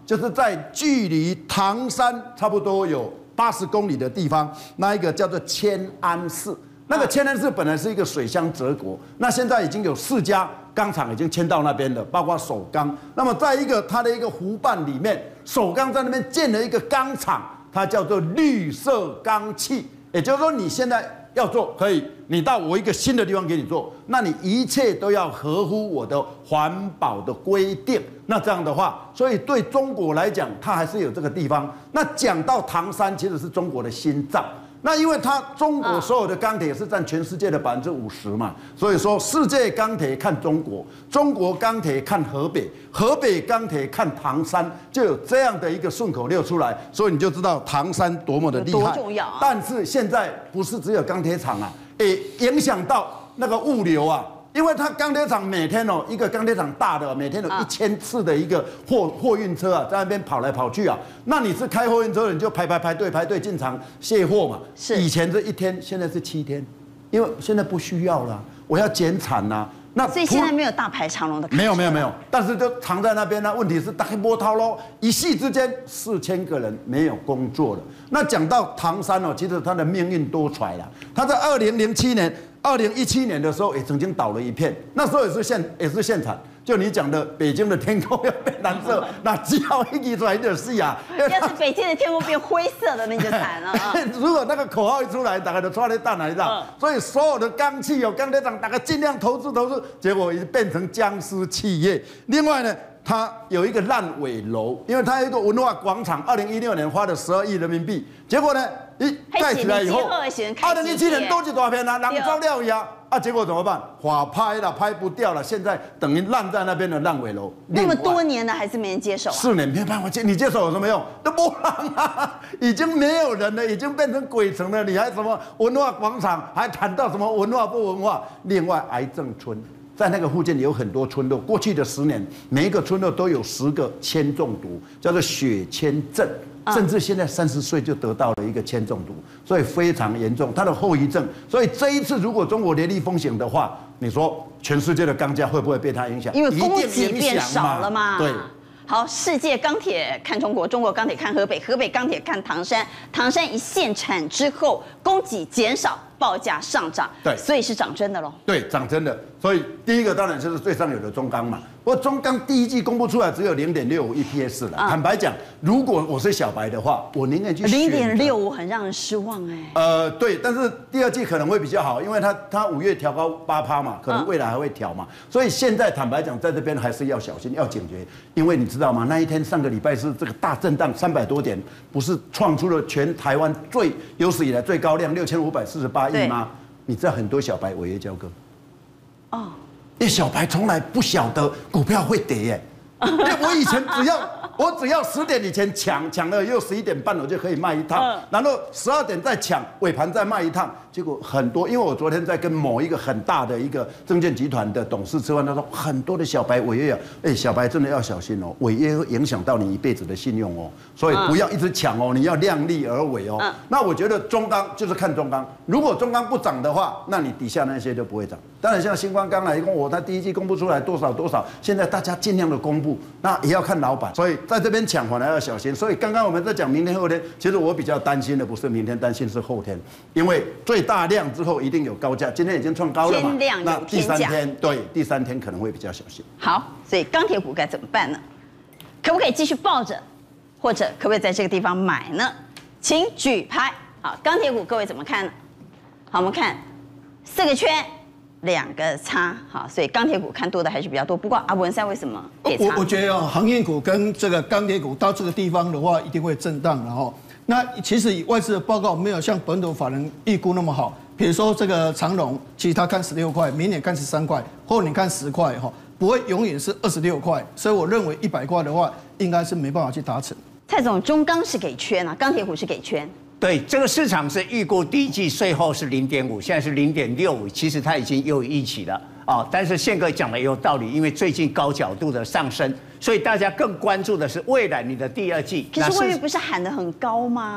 就是在距离唐山差不多有八十公里的地方，那一个叫做迁安市。那个迁安市本来是一个水乡泽国，那现在已经有四家钢厂已经迁到那边了，包括首钢。那么在一个它的一个湖畔里面，首钢在那边建了一个钢厂，它叫做绿色钢器。也就是说，你现在要做可以，你到我一个新的地方给你做，那你一切都要合乎我的环保的规定。那这样的话，所以对中国来讲，它还是有这个地方。那讲到唐山，其实是中国的心脏。那因为它中国所有的钢铁是占全世界的百分之五十嘛，所以说世界钢铁看中国，中国钢铁看河北，河北钢铁看唐山，就有这样的一个顺口溜出来，所以你就知道唐山多么的厉害。 多重要啊！ 但是现在不是只有钢铁厂啊，也影响到那个物流啊。因为它钢铁厂每天哦，一个钢铁厂大的每天有一千次的一个货货运车啊，在那边跑来跑去啊。那你是开货运车的，你就排排排队排队进厂卸货嘛。 是以前是一天，现在是七天，因为现在不需要了，我要减产呐。那所以现在没有大排长龙的。 没有没有没有，但是就藏在那边呢。问题是大开波涛喽，一夕之间四千个人没有工作了。那讲到唐山哦，其实它的命运多舛了。它在二零零七年。二零一七年的时候也曾经倒了一片，那时候也是现也是现产，就你讲的北京的天空要变蓝色，那只要一提出来就是啊。 要是北京的天空变灰色的，那就惨了啊！ 如果那个口号一出来，大家都抓在大哪里上，所以所有的钢企有钢铁厂，大家尽量投资投资，结果已经变成僵尸企业。另外呢，它有一个烂尾楼，因为它有一个文化广场，二零一六年花了十二亿人民币，结果呢？一盖起来以后，二零一七年多几大片啊，人造料呀啊，结果怎么办？法拍了，拍不掉了，现在等于烂在那边的烂尾楼。 那么多年了，还是没人接手、啊。 四年没办法接，你接手有什么用？都没人啊，已经没有人了，已经变成鬼城了。你还什么文化广场？还谈到什么文化不文化？另外，癌症村在那个附近有很多村落，过去的十年，每一个村落都有十个铅中毒，叫做血铅症。甚至现在三十岁就得到了一个铅中毒，所以非常严重，它的后遗症。所以这一次如果中国雷厉风行的话，你说全世界的钢价会不会被它影响？ 因为供给变少了嘛。 对。 好，世界钢铁看中国，中国钢铁看河北，河北钢铁看唐山，唐山一限产之后，供给减少，报价上涨。 对， 所以是涨真的喽。 对，涨真的。所以第一个当然就是最上游的中钢嘛。不过中钢第一季公布出来只有零点六五 E P S 了。坦白讲，如果我是小白的话，我宁愿去选零点六五，很让人失望哎。 呃，对，但是第二季可能会比较好，因为它它五月调高八趴嘛，可能未来还会调嘛。所以现在坦白讲，在这边还是要小心，要警觉，因为你知道吗？那一天上个礼拜是这个大震荡，三百多点，不是创出了全台湾最有史以来最高量六千五百四十八亿吗？你知道很多小白违约交割。哦。因为小白从来不晓得股票会跌耶，因为我以前只要我只要十点以前抢，抢了又十一点半我就可以卖一趟，然后十二点再抢，尾盘再卖一趟。结果很多，因为我昨天在跟某一个很大的一个证券集团的董事吃饭，他说很多的小白违约啊，哎，小白真的要小心哦，违约会影响到你一辈子的信用哦，所以不要一直抢哦，你要量力而为哦。那我觉得中钢就是看中钢，如果中钢不涨的话，那你底下那些就不会涨。当然像星光钢来讲，我它第一季公布出来多少多少，现在大家尽量的公布，那也要看老板，所以在这边抢反而要小心。所以刚刚我们在讲明天后天，其实我比较担心的不是明天，担心是后天，因为最大量之后一定有高价，今天已经创高了嘛，那第三天对第三天可能会比较小心。 好，所以钢铁股该怎么办呢？可不可以继续抱着，或者可不可以在这个地方买呢？请举牌。好，钢铁股各位怎么看呢？好，我们看四个圈，两个叉。好，所以钢铁股看多的还是比较多。不过阿文山为什么给叉？ 我我觉得哦，航运股跟这个钢铁股到这个地方的话，一定会震荡，然后。那其实以外资的报告没有像本土法人预估那么好，比如说这个长荣，其实他看十六块，明年看十三块，后年看十块哈，不会永远是二十六块，所以我认为一百块的话，应该是没办法去达成。 蔡总，中钢是给圈啊，钢铁股是给圈。 对，这个市场是预估第一季税后是零点五，现在是零点六五，其实它已经又一起了。哦，但是宪哥讲的也有道理，因为最近高角度的上升，所以大家更关注的是未来你的第二季。 可是外面不是喊得很高吗？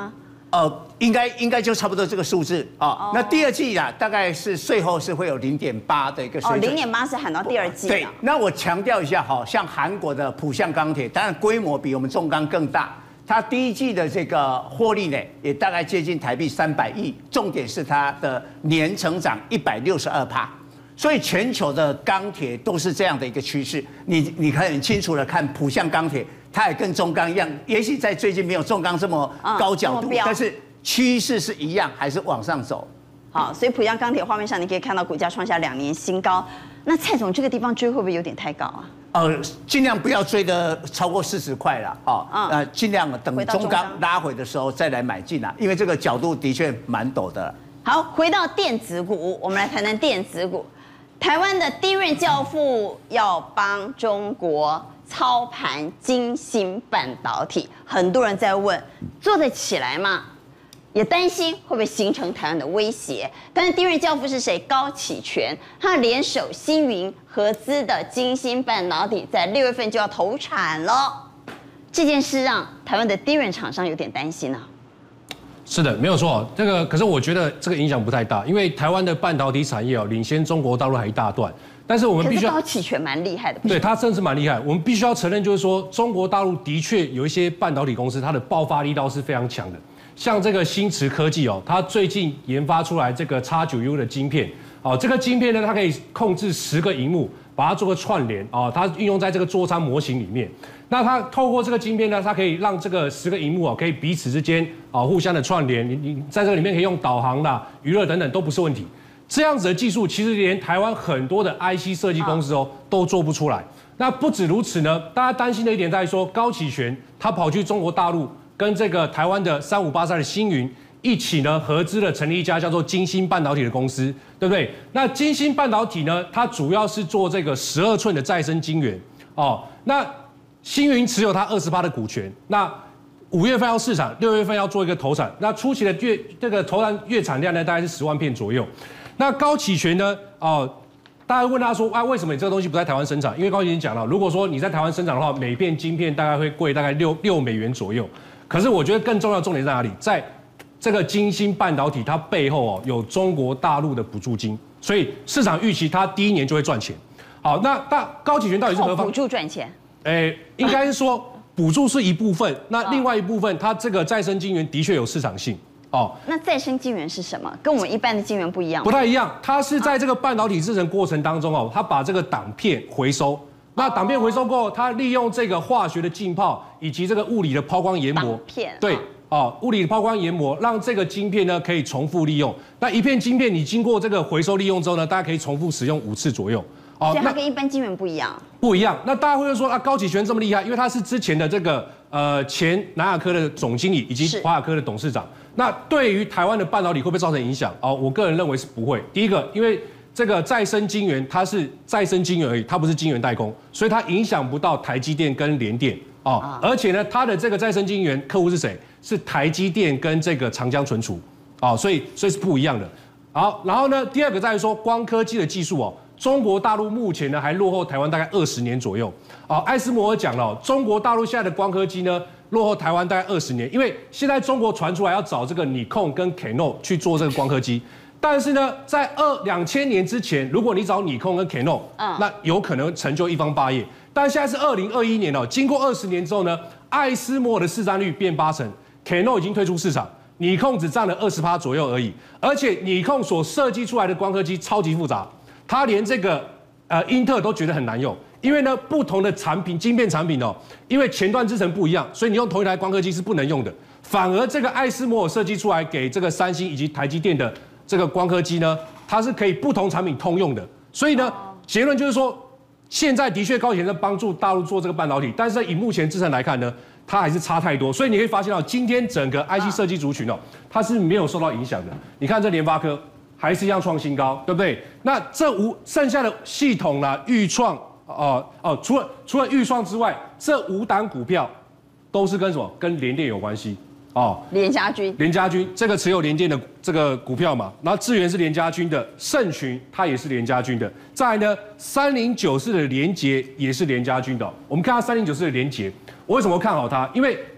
呃，应该应该就差不多这个数字啊。哦、那第二季啊，大概是税后是会有零点八的一个水准。 哦，零点八是喊到第二季。 对，那我强调一下哈，像韩国的浦项钢铁，当然规模比我们重钢更大，它第一季的这个获利呢，也大概接近台币三百亿，重点是它的年成长一百六十二趴。所以全球的钢铁都是这样的一个趋势，你你可以很清楚的看浦项钢铁，它也跟中钢一样，也许在最近没有中钢这么高角度，嗯、但是趋势是一样，还是往上走。 好，所以浦项钢铁画面上你可以看到股价创下两年新高。那蔡总这个地方追会不会有点太高啊？ 呃，尽量不要追的超过四十块了，哦，嗯、呃，尽量等中钢拉回的时候再来买进啊，因为这个角度的确蛮陡的。 好，回到电子股，我们来谈谈电子股。台湾的低润教父要帮中国操盘晶芯半导体，很多人在问，做得起来吗？也担心会不会形成台湾的威胁。但是低润教父是谁？高启全，他联手星云合资的晶芯半导体，在六月份就要投产了。这件事让台湾的低润厂商有点担心啊。 是的，没有错。这个可是我觉得这个影响不太大，因为台湾的半导体产业哦，领先中国大陆还一大段。但是我们必须要， 高启全蛮厉害的， 对他真的是蛮厉害。我们必须要承认，就是说中国大陆的确有一些半导体公司，它的爆发力道是非常强的。像这个新驰科技哦，它最近研发出来这个 X 九 U 的晶片，哦，这个晶片呢，它可以控制十个萤幕，把它做个串联，哦，它运用在这个座舱模型里面。那它透过这个晶片呢，它可以让这个十个萤幕啊，可以彼此之间啊互相的串联。你你在这个里面可以用导航啦、娱乐等等都不是问题。这样子的技术，其实连台湾很多的 I C 设计公司哦都做不出来。那不止如此呢，大家担心的一点在于说，高启全他跑去中国大陆，跟这个台湾的三五八三的星云一起呢合资了成立一家叫做晶芯半导体的公司，对不对？那晶芯半导体呢，它主要是做这个十二寸的再生晶圆哦。那星云持有它二十八的股权，那五月份要市场，六月份要做一个投产，那初期的月这个投产月产量呢，大概是十万片左右。那高启全呢，哦，大家问他说，啊，为什么你这个东西不在台湾生产？因为高启全讲了，如果说你在台湾生产的话，每片晶片大概会贵大概六六美元左右。可是我觉得更重要的重点在哪里？在这个晶芯半导体，它背后哦有中国大陆的补助金，所以市场预期它第一年就会赚钱。好，那大高启全到底是何方？ 补助赚钱？ 诶，应该是说补助是一部分，那另外一部分，它这个再生晶圆的确有市场性哦。 那再生晶圆是什么？跟我们一般的晶圆不一样？ 不太一样，它是在这个半导体制成过程当中哦，它把这个挡片回收。那挡片回收过后，它利用这个化学的浸泡以及这个物理的抛光研磨， 挡片对哦，物理的抛光研磨让这个晶片呢可以重复利用。那一片晶片你经过这个回收利用之后呢，大家可以重复使用五次左右。 哦，所以它跟一般晶圆不一样。 不一样。那大家会说啊，高启全这么厉害，因为他是之前的这个呃前南亚科的总经理以及华亚科的董事长。那对于台湾的半导体会不会造成影响？哦，我个人认为是不会。第一个，因为这个再生晶圆它是再生晶圆而已，它不是晶圆代工，所以它影响不到台积电跟联电哦。啊、而且呢，它的这个再生晶圆客户是谁？是台积电跟这个长江存储哦，所以所以是不一样的。好，然后呢，第二个在于说光科技的技术哦。中国大陆目前呢还落后台湾大概二十年左右。哦，艾斯摩尔讲了，中国大陆现在的光刻机呢落后台湾大概二十年，因为现在中国传出来要找这个尼康跟 Canon 去做这个光刻机，但是呢，在二两千年之前，如果你找尼康跟 Canon，嗯，那有可能成就一方霸业。但现在是二零二一年哦，经过二十年之后呢，艾斯摩尔的市占率变八成 ，Canon 已经退出市场，尼康只占了二十趴左右而已，而且尼康所设计出来的光刻机超级复杂。他连这个呃英特尔都觉得很难用，因为呢不同的产品晶片产品哦，因为前段制程不一样，所以你用同一台光刻机是不能用的。反而这个艾斯摩尔设计出来给这个三星以及台积电的这个光刻机呢，它是可以不同产品通用的。所以呢，结论就是说，现在的确高铁在帮助大陆做这个半导体，但是以目前制程来看呢，它还是差太多。所以你可以发现到，今天整个 I C 设计族群哦，它是没有受到影响的。你看这联发科。还是一样创新高，对不对？那这五剩下的系统啦、预创哦哦，除了除了预创之外，这五档股票都是跟什么？跟联电有关系哦。 联家军， 联家军这个持有联电的这个股票嘛，然后智原是联家军的，盛群它也是联家军的。再来呢，三零九四的联捷也是联家军的、哦。我们看到三零九四的联捷，我为什么看好它？因为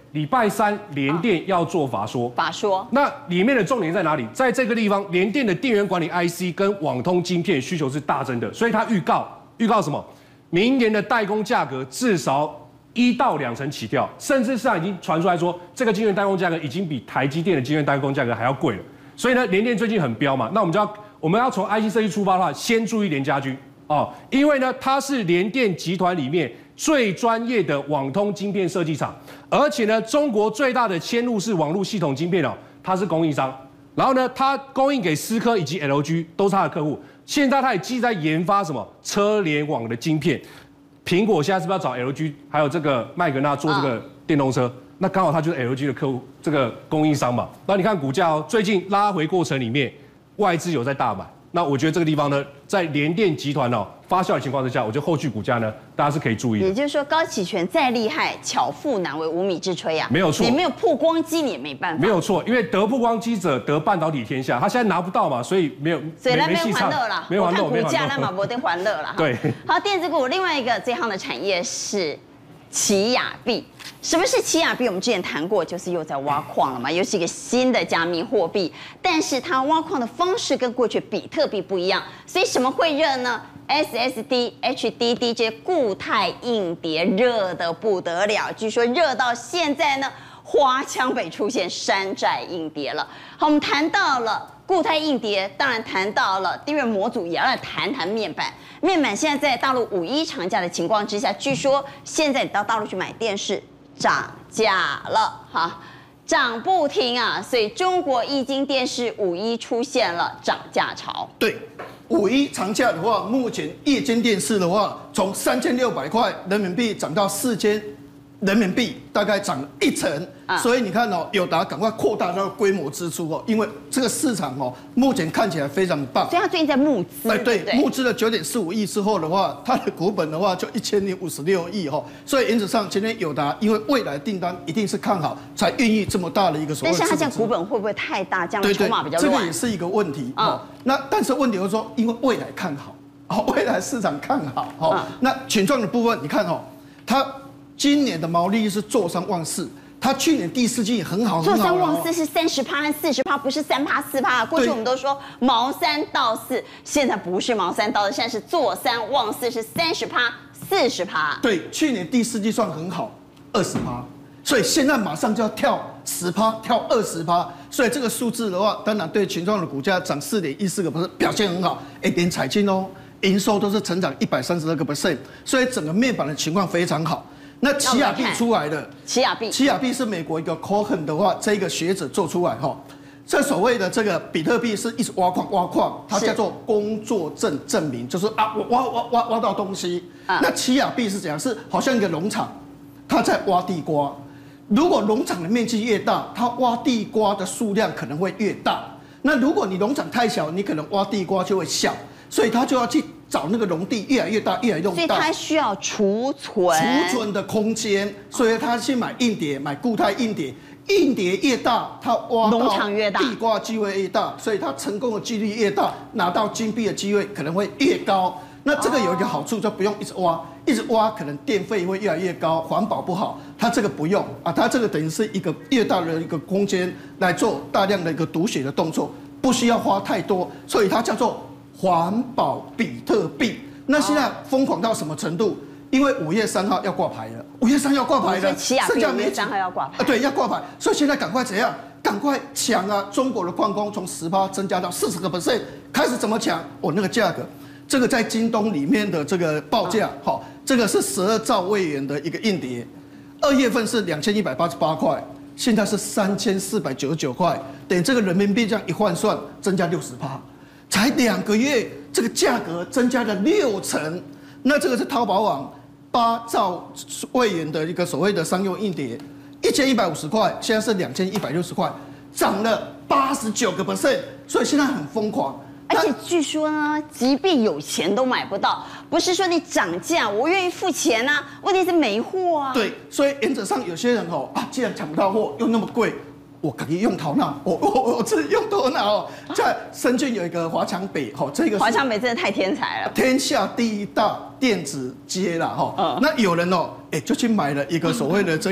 礼拜三联电要做法说， 法说， 那里面的重点在哪里？在这个地方，联电的电源管理 I C 跟网通晶片需求是大增的，所以它预告预告什么？明年的代工价格至少一到两成起跳，甚至市场已经传出来说，这个晶圆代工价格已经比台积电的晶圆代工价格还要贵了。所以呢，联电最近很飙嘛，那我们就要我们要从 I C 设计出发的话，先注意联家军哦，因为呢，它是联电集团里面最专业的网通晶片设计厂，而且呢，中国最大的嵌入式网络系统晶片哦，它是供应商。然后呢，它供应给思科以及 L G 都是它的客户。现在它也继续在研发什么车联网的晶片。苹果现在是不是要找 L G 还有这个麦格纳做这个电动车？那刚好它就是 L G 的客户，这个供应商嘛。然后你看股价哦，最近拉回过程里面，外资有在大买。那我觉得这个地方呢，在联电集团哦发酵的情况之下，我觉得后续股价呢，大家是可以注意的。 也就是说，高启全再厉害，巧妇难为无米之炊啊， 没有错。 你没有曝光机，你也没办法。 没有错，因为得曝光机者得半导体天下，他现在拿不到嘛，所以没有。 所以那没欢乐啦， 没欢乐， 我看股价那嘛，我得欢乐了。 对。 好，电子股另外一个最夯的产业是奇亚币。什么是奇亚币？我们之前谈过，就是又在挖矿了嘛，又是一个新的加密货币，但是它挖矿的方式跟过去比特币不一样，所以什么会热呢 ？S S D、H D D 这些固态硬碟热得不得了，据说热到现在呢，华强北出现山寨硬碟了。好，我们谈到了固态硬碟，当然谈到了低润模组，也要来谈谈面板。面板现在在大陆五一长假的情况之下，据说现在你到大陆去买电视。涨价了哈，涨不停啊！所以中国液晶电视五一出现了涨价潮。 对，五一长假的话，目前液晶电视的话，从三千六百块人民币涨到四千人民币，大概涨了一成。啊、所以你看哦，友达赶快扩大它的规模支出哦，因为这个市场哦，目前看起来非常棒。 所以它最近在募资， 哎，对， 对对募资了九点四五亿之后的话，它的股本的话就一千零五十六亿哈。所以原则上，今天友达因为未来订单一定是看好，才愿意这么大的一个所谓的。 但是它这样股本会不会太大？这样筹码比较乱。 这个也是一个问题啊、嗯。那但是问题就是说，因为未来看好，哦，未来市场看好，哦，嗯、那群创的部分，你看哦，它今年的毛利率是坐三望四。它去年第四季也很好， 做三望四是三十趴和四十趴，不是三趴四趴。过去我们都说毛三到四，现在不是毛三到四，现在是做三望四，是三十趴、四十趴。 对，去年第四季算很好，二十趴，所以现在马上就要跳十趴，跳二十趴。所以这个数字的话，当然对群创的股价涨四点一四个 percent， 表现很好。哎，连彩晶哦，营收都是成长一百三十二个 percent， 所以整个面板的情况非常好。那奇亚币出来的， 奇亚币， 奇亚币是美国一个 Cohen 的话，这个学者做出来哈。这所谓的这个比特币是一直挖矿挖矿，它叫做工作证证明，就是啊，我挖挖挖挖到东西。啊、那奇亚币是怎样？是好像一个农场，它在挖地瓜。如果农场的面积越大，它挖地瓜的数量可能会越大。那如果你农场太小，你可能挖地瓜就会小，所以它就要去找那个农地越来越大，越来越大， 所以它需要储存储存的空间，所以它去买硬碟，买固态硬碟。硬碟越大，它挖农场越大， 地瓜机会越大，所以它成功的几率越大，拿到金币的机会可能会越高。那这个有一个好处，就不用一直挖，一直挖可能电费会越来越高，环保不好。它这个不用啊，它这个等于是一个越大的一个空间来做大量的一个读写的动作，不需要花太多，所以它叫做环保比特币。那现在疯狂到什么程度？因为五月三号要挂牌了，五月三号要挂牌了， 奇亚币五月三号要挂牌啊，对，要挂牌，所以现在赶快怎样？赶快抢啊！中国的矿工从十趴增加到四十个 percent， 开始怎么抢？哦，那个价格，这个在京东里面的这个报价，好、哦，这个是十二兆位元的一个硬碟，二月份是两千一百八十八块，现在是三千四百九十九块，等于这个人民币这样一换算，增加六十趴，才两个月，这个价格增加了六成。那这个是淘宝网。八兆位元的一个所谓的商用硬碟，一千一百五十块，现在是两千一百六十块，涨了八十九个 percent， 所以现在很疯狂。 而且据说呢，即便有钱都买不到，不是说你涨价，我愿意付钱啊，问题是没货啊。 对，所以原则上有些人哦啊，既然抢不到货又那么贵，我可以用头脑，我我我自己用头脑哦。在深圳有一个华强北，哈，这个华强北真的太天才了， 天下第一大电子街啦，哈。嗯。那有人哦，哎，就去买了一个所谓的这个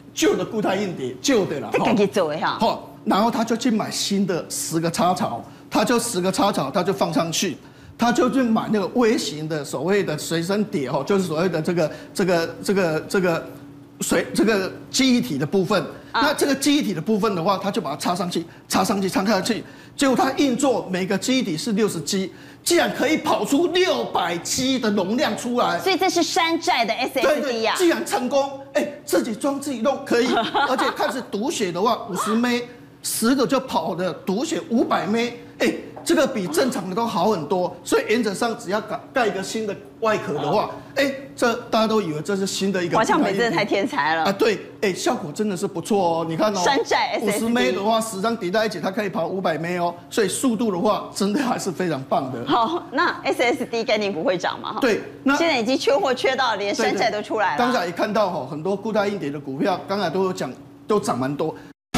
旧的固态硬碟，旧的了， 这自己做的哈。 好，然后他就去买新的十个插槽，他就十个插槽，他就放上去。他就去买那个微型的所谓的随身碟哦，就是所谓的这个这个这个这个随这个记忆体的部分。啊、那这个记忆体的部分的话，他就把它插上去，插上去，插上去。结果他运作每个记忆体是六十 G， 竟然可以跑出六百 G 的容量出来。 所以这是山寨的 S S D 呀、啊。 既然成功，哎、欸，自己装自己弄可以，而且开始读写的话，五十 M， 十个就跑的读写五百 M， 哎、欸。这个比正常的都好很多，所以原则上只要盖盖一个新的外壳的话，哎，这大家都以为这是新的一个。 华强北真的太天才了啊！ 对，哎，效果真的是不错哦。你看哦， 山寨 S S D 五十 M 的话，十张叠在一起，它可以跑五百 M 哦，所以速度的话，真的还是非常棒的。 好，那 S S D 概念股会涨吗？ 对，那现在已经缺货缺到连山寨都出来了。 刚才也看到哈，很多固态硬碟的股票，刚才都有讲，都涨蛮多。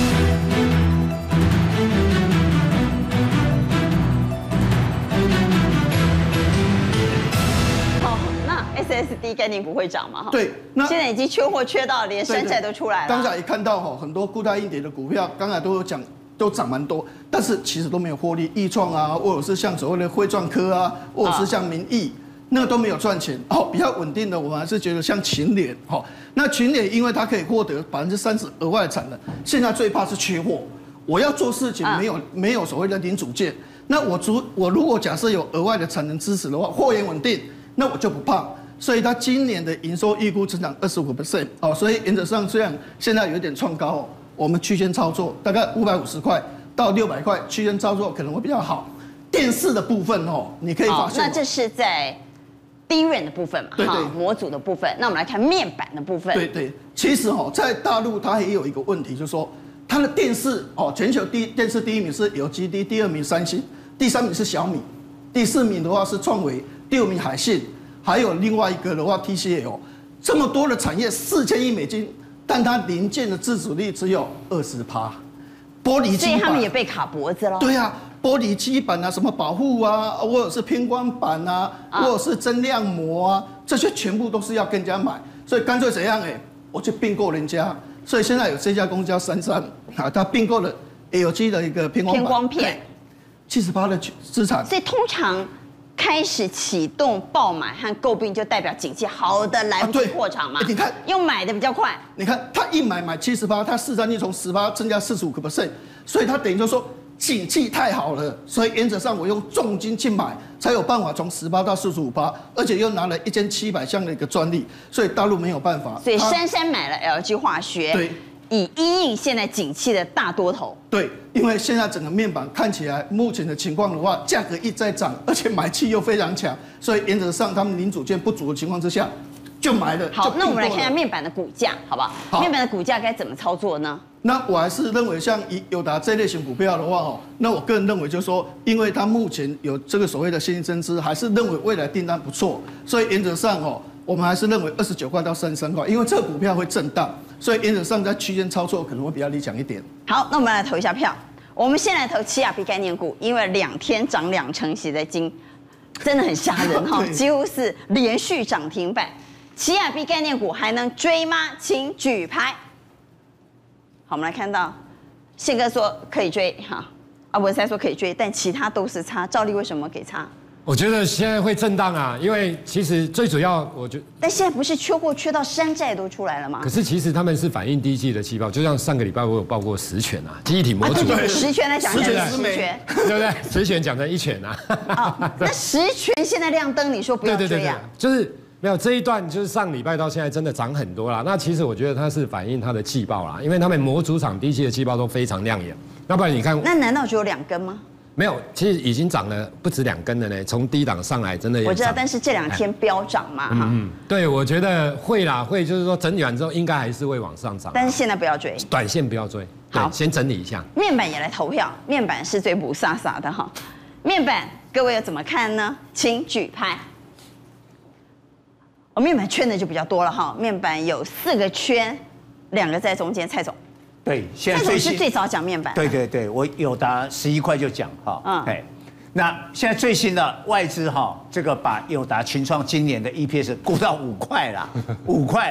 S S D 概念股会涨吗？ 对，那现在已经缺货缺到连山寨都出来了。 刚才也看到哈，很多固态硬碟的股票，刚才都有讲，都涨蛮多，但是其实都没有获利。易创啊，或者是像所谓的辉创科啊，或者是像民意，那个都没有赚钱。哦，比较稳定的，我们还是觉得像群联，哈，那群联因为它可以获得百分之三十额外的产能，现在最怕是缺货。我要做事情没有、啊、没有所谓的零组件，那我如我如果假设有额外的产能支持的话，货源稳定，那我就不怕。所以它今年的营收预估增长二十五 percent 哦，所以原则上虽然现在有点创高哦，我们区间操作大概五百五十块到六百块区间操作可能会比较好。电视的部分哦，你可以发现， 那这是在低润的部分嘛， 对对， 模组的部分。那我们来看面板的部分， 对对，其实哦，在大陆它也有一个问题，就是说它的电视哦，全球第电视第一名是L G D， 第二名三星，第三名是小米，第四名的话是创维，第五名海信。还有另外一个的话 ，T C L， 这么多的产业，四千亿美金，但它零件的自主率只有二十趴，玻璃基板， 所以他们也被卡脖子了。 对啊，玻璃基板啊，什么保护啊，或者是偏光板啊，或者是增量膜啊，这些全部都是要跟人家买，所以干脆怎样？哎，我去并购人家。所以现在有这家公司叫三三啊，它并购了 L G 的一个偏光偏光片， 七十趴的资产。 所以通常。开始启动爆买和诟病，就代表景气好的来不及破产嘛？ 啊、你看， 用买的比较快。 你看，他一买买七十八，他市占率从十八增加四十五个 percent， 所以他等于就说景气太好了，所以原则上我用重金去买，才有办法从十八到四十五趴，而且又拿了一千七百项的一个专利，所以大陆没有办法。 所以珊珊买了 L G 化学， 对。 以因应现在景气的大多头， 对，因为现在整个面板看起来目前的情况的话，价格一再涨，而且买气又非常强，所以原则上他们零组件不足的情况之下，就买了。 好，那我们来看一下面板的股价，好不好？好，面板的股价该怎么操作呢？ 那我还是认为像以友达这类型股票的话，哦，那我个人认为就是说，因为它目前有这个所谓的现金增资，还是认为未来订单不错，所以原则上哦。我们还是认为二十九块到三十三块，因为这个股票会震荡，所以原则上在区间操作可能会比较理想一点。 好，那我们来投一下票。我们先来投奇亚币概念股，因为两天涨两成，写在金，真的很吓人哈，几乎是连续涨停板。奇亚币概念股还能追吗？请举牌。好，我们来看到宪哥说可以追哈，啊文山说可以追，但其他都是差。照例为什么给差？ 我觉得现在会震荡啊，因为其实最主要，我觉得， 但现在不是缺货缺到山寨都出来了吗？ 可是其实他们是反映第一季的季报，就像上个礼拜我有报过十拳啊，记忆体模组， 啊、对十拳来讲一下十拳， 对不对？十拳讲成一拳啊。 哦，那十拳现在亮灯，你说不要追啊？对对对对， 就是没有这一段，就是上礼拜到现在真的涨很多啦。那其实我觉得它是反映它的季报啦，因为他们模组厂第一季的季报都非常亮眼，要不然你看， 那难道只有两根吗？ 没有，其实已经涨了不止两根了呢。从低档上来，真的也我知道，但是这两天飙涨嘛，哈、 嗯。对，我觉得会啦，会就是说整理完之后，应该还是会往上涨。 但是现在不要追， 短线不要追，好，先整理一下。 面板也来投票，面板是最不飒飒的哈。面板各位要怎么看呢？请举牌。哦，面板圈的就比较多了哈，面板有四个圈，两个在中间，蔡总。 对，现在最是最早讲面板。 对对对，我友达十一块就讲哈，嗯，哎，那现在最新的外资哈，这个把友达群创今年的 E P S 估到五块啦，五块啦，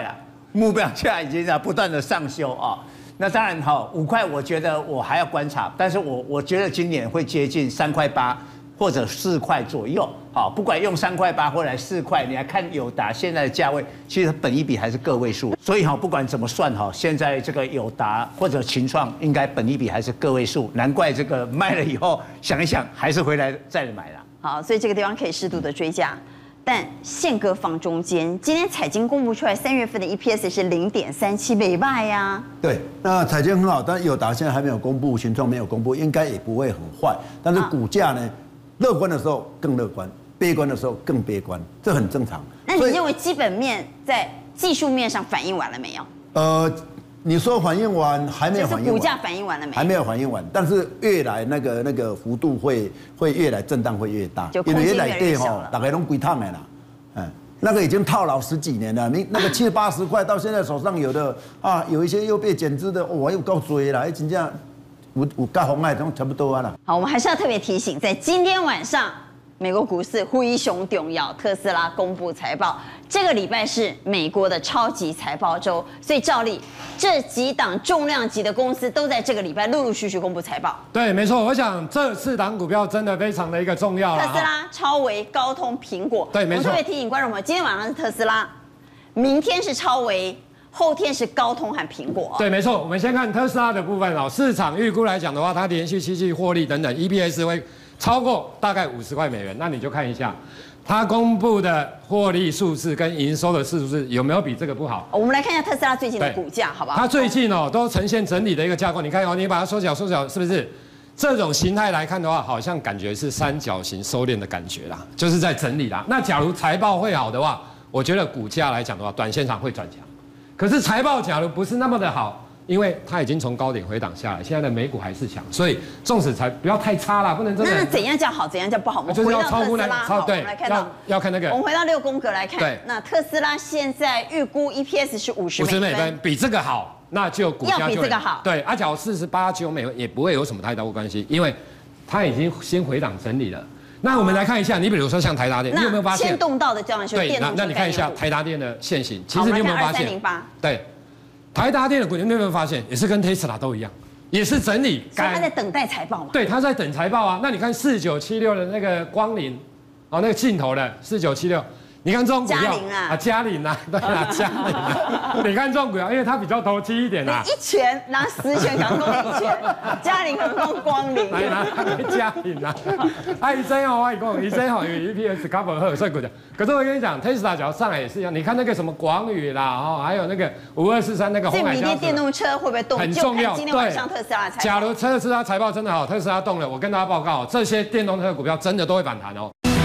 目标价已经在不断的上修啊。那当然哈，五块我觉得我还要观察，但是我我觉得今年会接近三块八或者四块左右。好，不管用三块八或者四块，你来看友达现在的价位，其实本益比还是个位数。所以哈，不管怎么算哈，现在这个友达或者群创应该本益比还是个位数，难怪这个卖了以后想一想还是回来再买了。 好，所以这个地方可以适度的追价。但宪哥放中间，今天彩晶公布出来，三月份的 E P S 是零点三七，没败呀。 对，那彩晶很好，但友达现在还没有公布，群创没有公布，应该也不会很坏。但是股价呢，乐观的时候更乐观，悲观的时候更悲观，这很正常。 那你认为基本面在技术面上反应完了没有？ 呃，你说反应完还没有反应完， 就是股价反应完了没有？ 还没有反应完，但是越来那个那个幅度会会越来震荡会越大， 就空间越来越小了。 大概拢归烫的啦，嗯，那个已经套牢十几年了，你那个七八十块到现在手上有的啊，有一些又被减资的，我、哦、又够追了，真正有有加红爱都差不多啊啦。 好，我们还是要特别提醒，在今天晚上。美国股市灰熊重要，特斯拉公布财报。这个礼拜是美国的超级财报周，所以照例这几档重量级的公司都在这个礼拜陆陆续续公布财报。 对，没错，我想这四档股票真的非常的一个重要了。 特斯拉、超微、高通、苹果。 对，没错。 我特别提醒观众朋友，今天晚上是特斯拉，明天是超微。后天是高通和苹果。 对，没错。我们先看特斯拉的部分哦，市场预估来讲的话，它连续七季获利等等 ，E P S 会超过大概五十块美元。那你就看一下，它公布的获利数字跟营收的数字有没有比这个不好？ 我们来看一下特斯拉最近的股价，好不好？ 它最近哦都呈现整理的一个架构，你看哦，你把它缩小缩小，是不是？这种形态来看的话，好像感觉是三角形收敛的感觉啦，就是在整理啦。那假如财报会好的话，我觉得股价来讲的话，短线上会转强。可是财报假如不是那么的好，因为它已经从高点回档下来，现在的美股还是强，所以纵使财不要太差啦，不能真的。 那怎样叫好，怎样叫不好？我们回到特斯拉，好，我们来看到要看那个。 我们回到六宫格来看， 对， 那特斯拉现在预估 E P S 是五十五十美分，比这个好，那就股价就要比这个好。 对，阿角四十八九美分也不会有什么太大的关系，因为它已经先回档整理了。那我们来看一下，你比如说像台达电，你有没有发现？ 牵动到的这样就是电动车。 对，那那你看一下台达电的现形，其实你有没有发现？对。台达电的股，你有没有发现，也是跟 Tesla 都一样，也是整理。 所以他在等待财报嘛？ 对，他在等财报啊。那你看四九七六的那个光临，哦，那个镜头的四九七六，你看这种股票啊，嘉陵啊，对啊，嘉陵啊，你看这种股票，因为它比较投机一点啊。 一拳拿十拳，刚攻一拳，嘉陵可能用光临。 来拿嘉陵啊，啊，伊真哦，我讲，伊真哦，有 E P S cover 好，所以股价。可是我跟你讲 ，Tesla 只要上来也是一样，你看那个什么广宇啦，哦，还有那个五二四三那个红海。 所以明天电动车会不会动？ 很重要。 今天晚上特斯拉财报。 假如特斯拉财报真的好，特斯拉动了，我跟大家报告，这些电动车股票真的都会反弹哦。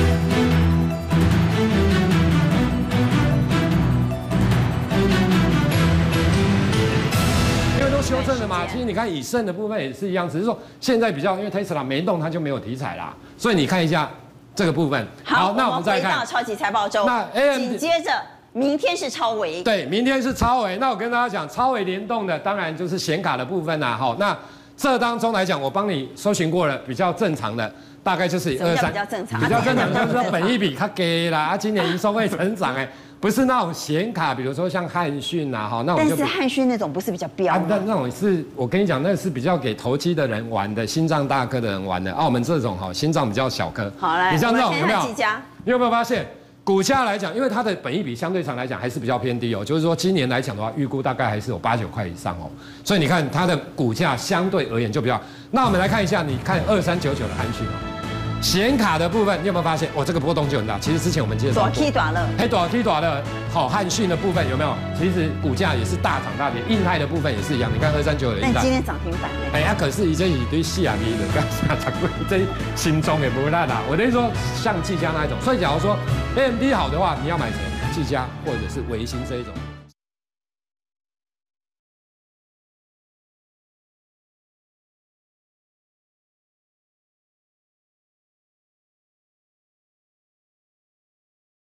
修正了嘛？其实你看以盛的部分也是一样，只是说现在比较，因为 Tesla 没动，它就没有题材啦。所以你看一下这个部分。 好，那我们再看回到超级财报周。那 紧接着明天是超微。 对，明天是超微。那我跟大家讲，超微联动的当然就是显卡的部分啦。好，那这当中来讲，我帮你搜寻过了，比较正常的大概就是二三。比较正常。 比较正常就是说本益比它给啦，啊，今年营收会成长哎。不是那种显卡，比如说像汉讯啊，哈，那我但是汉讯那种不是比较标吗？ 那那种是我跟你讲，那是比较给投机的人玩的，心脏大颗的人玩的。啊，我们这种哈，心脏比较小颗。 好来， 你像这种有没有？ 你有没有发现股价来讲，因为它的本益比相对上来讲还是比较偏低哦，就是说今年来讲的话，预估大概还是有八九块以上哦。所以你看它的股价相对而言就比较。那我们来看一下，你看二三九九的汉讯哦。显卡的部分，你有没有发现？哦，这个波动就很大。其实之前我们介绍过， 短 K 短了， 黑短 K 短的，好汉讯的部分有没有？其实股价也是大涨大跌，印泰的部分也是一样。你看二三九的印泰， 但今天涨停板呢？ 哎呀，可是一这一堆细啊逼的，干啥涨贵？这心中也不烂啦。我等于说像技嘉那一种，所以假如说 A M D 好的话，你要买谁？技嘉或者是微星这一种。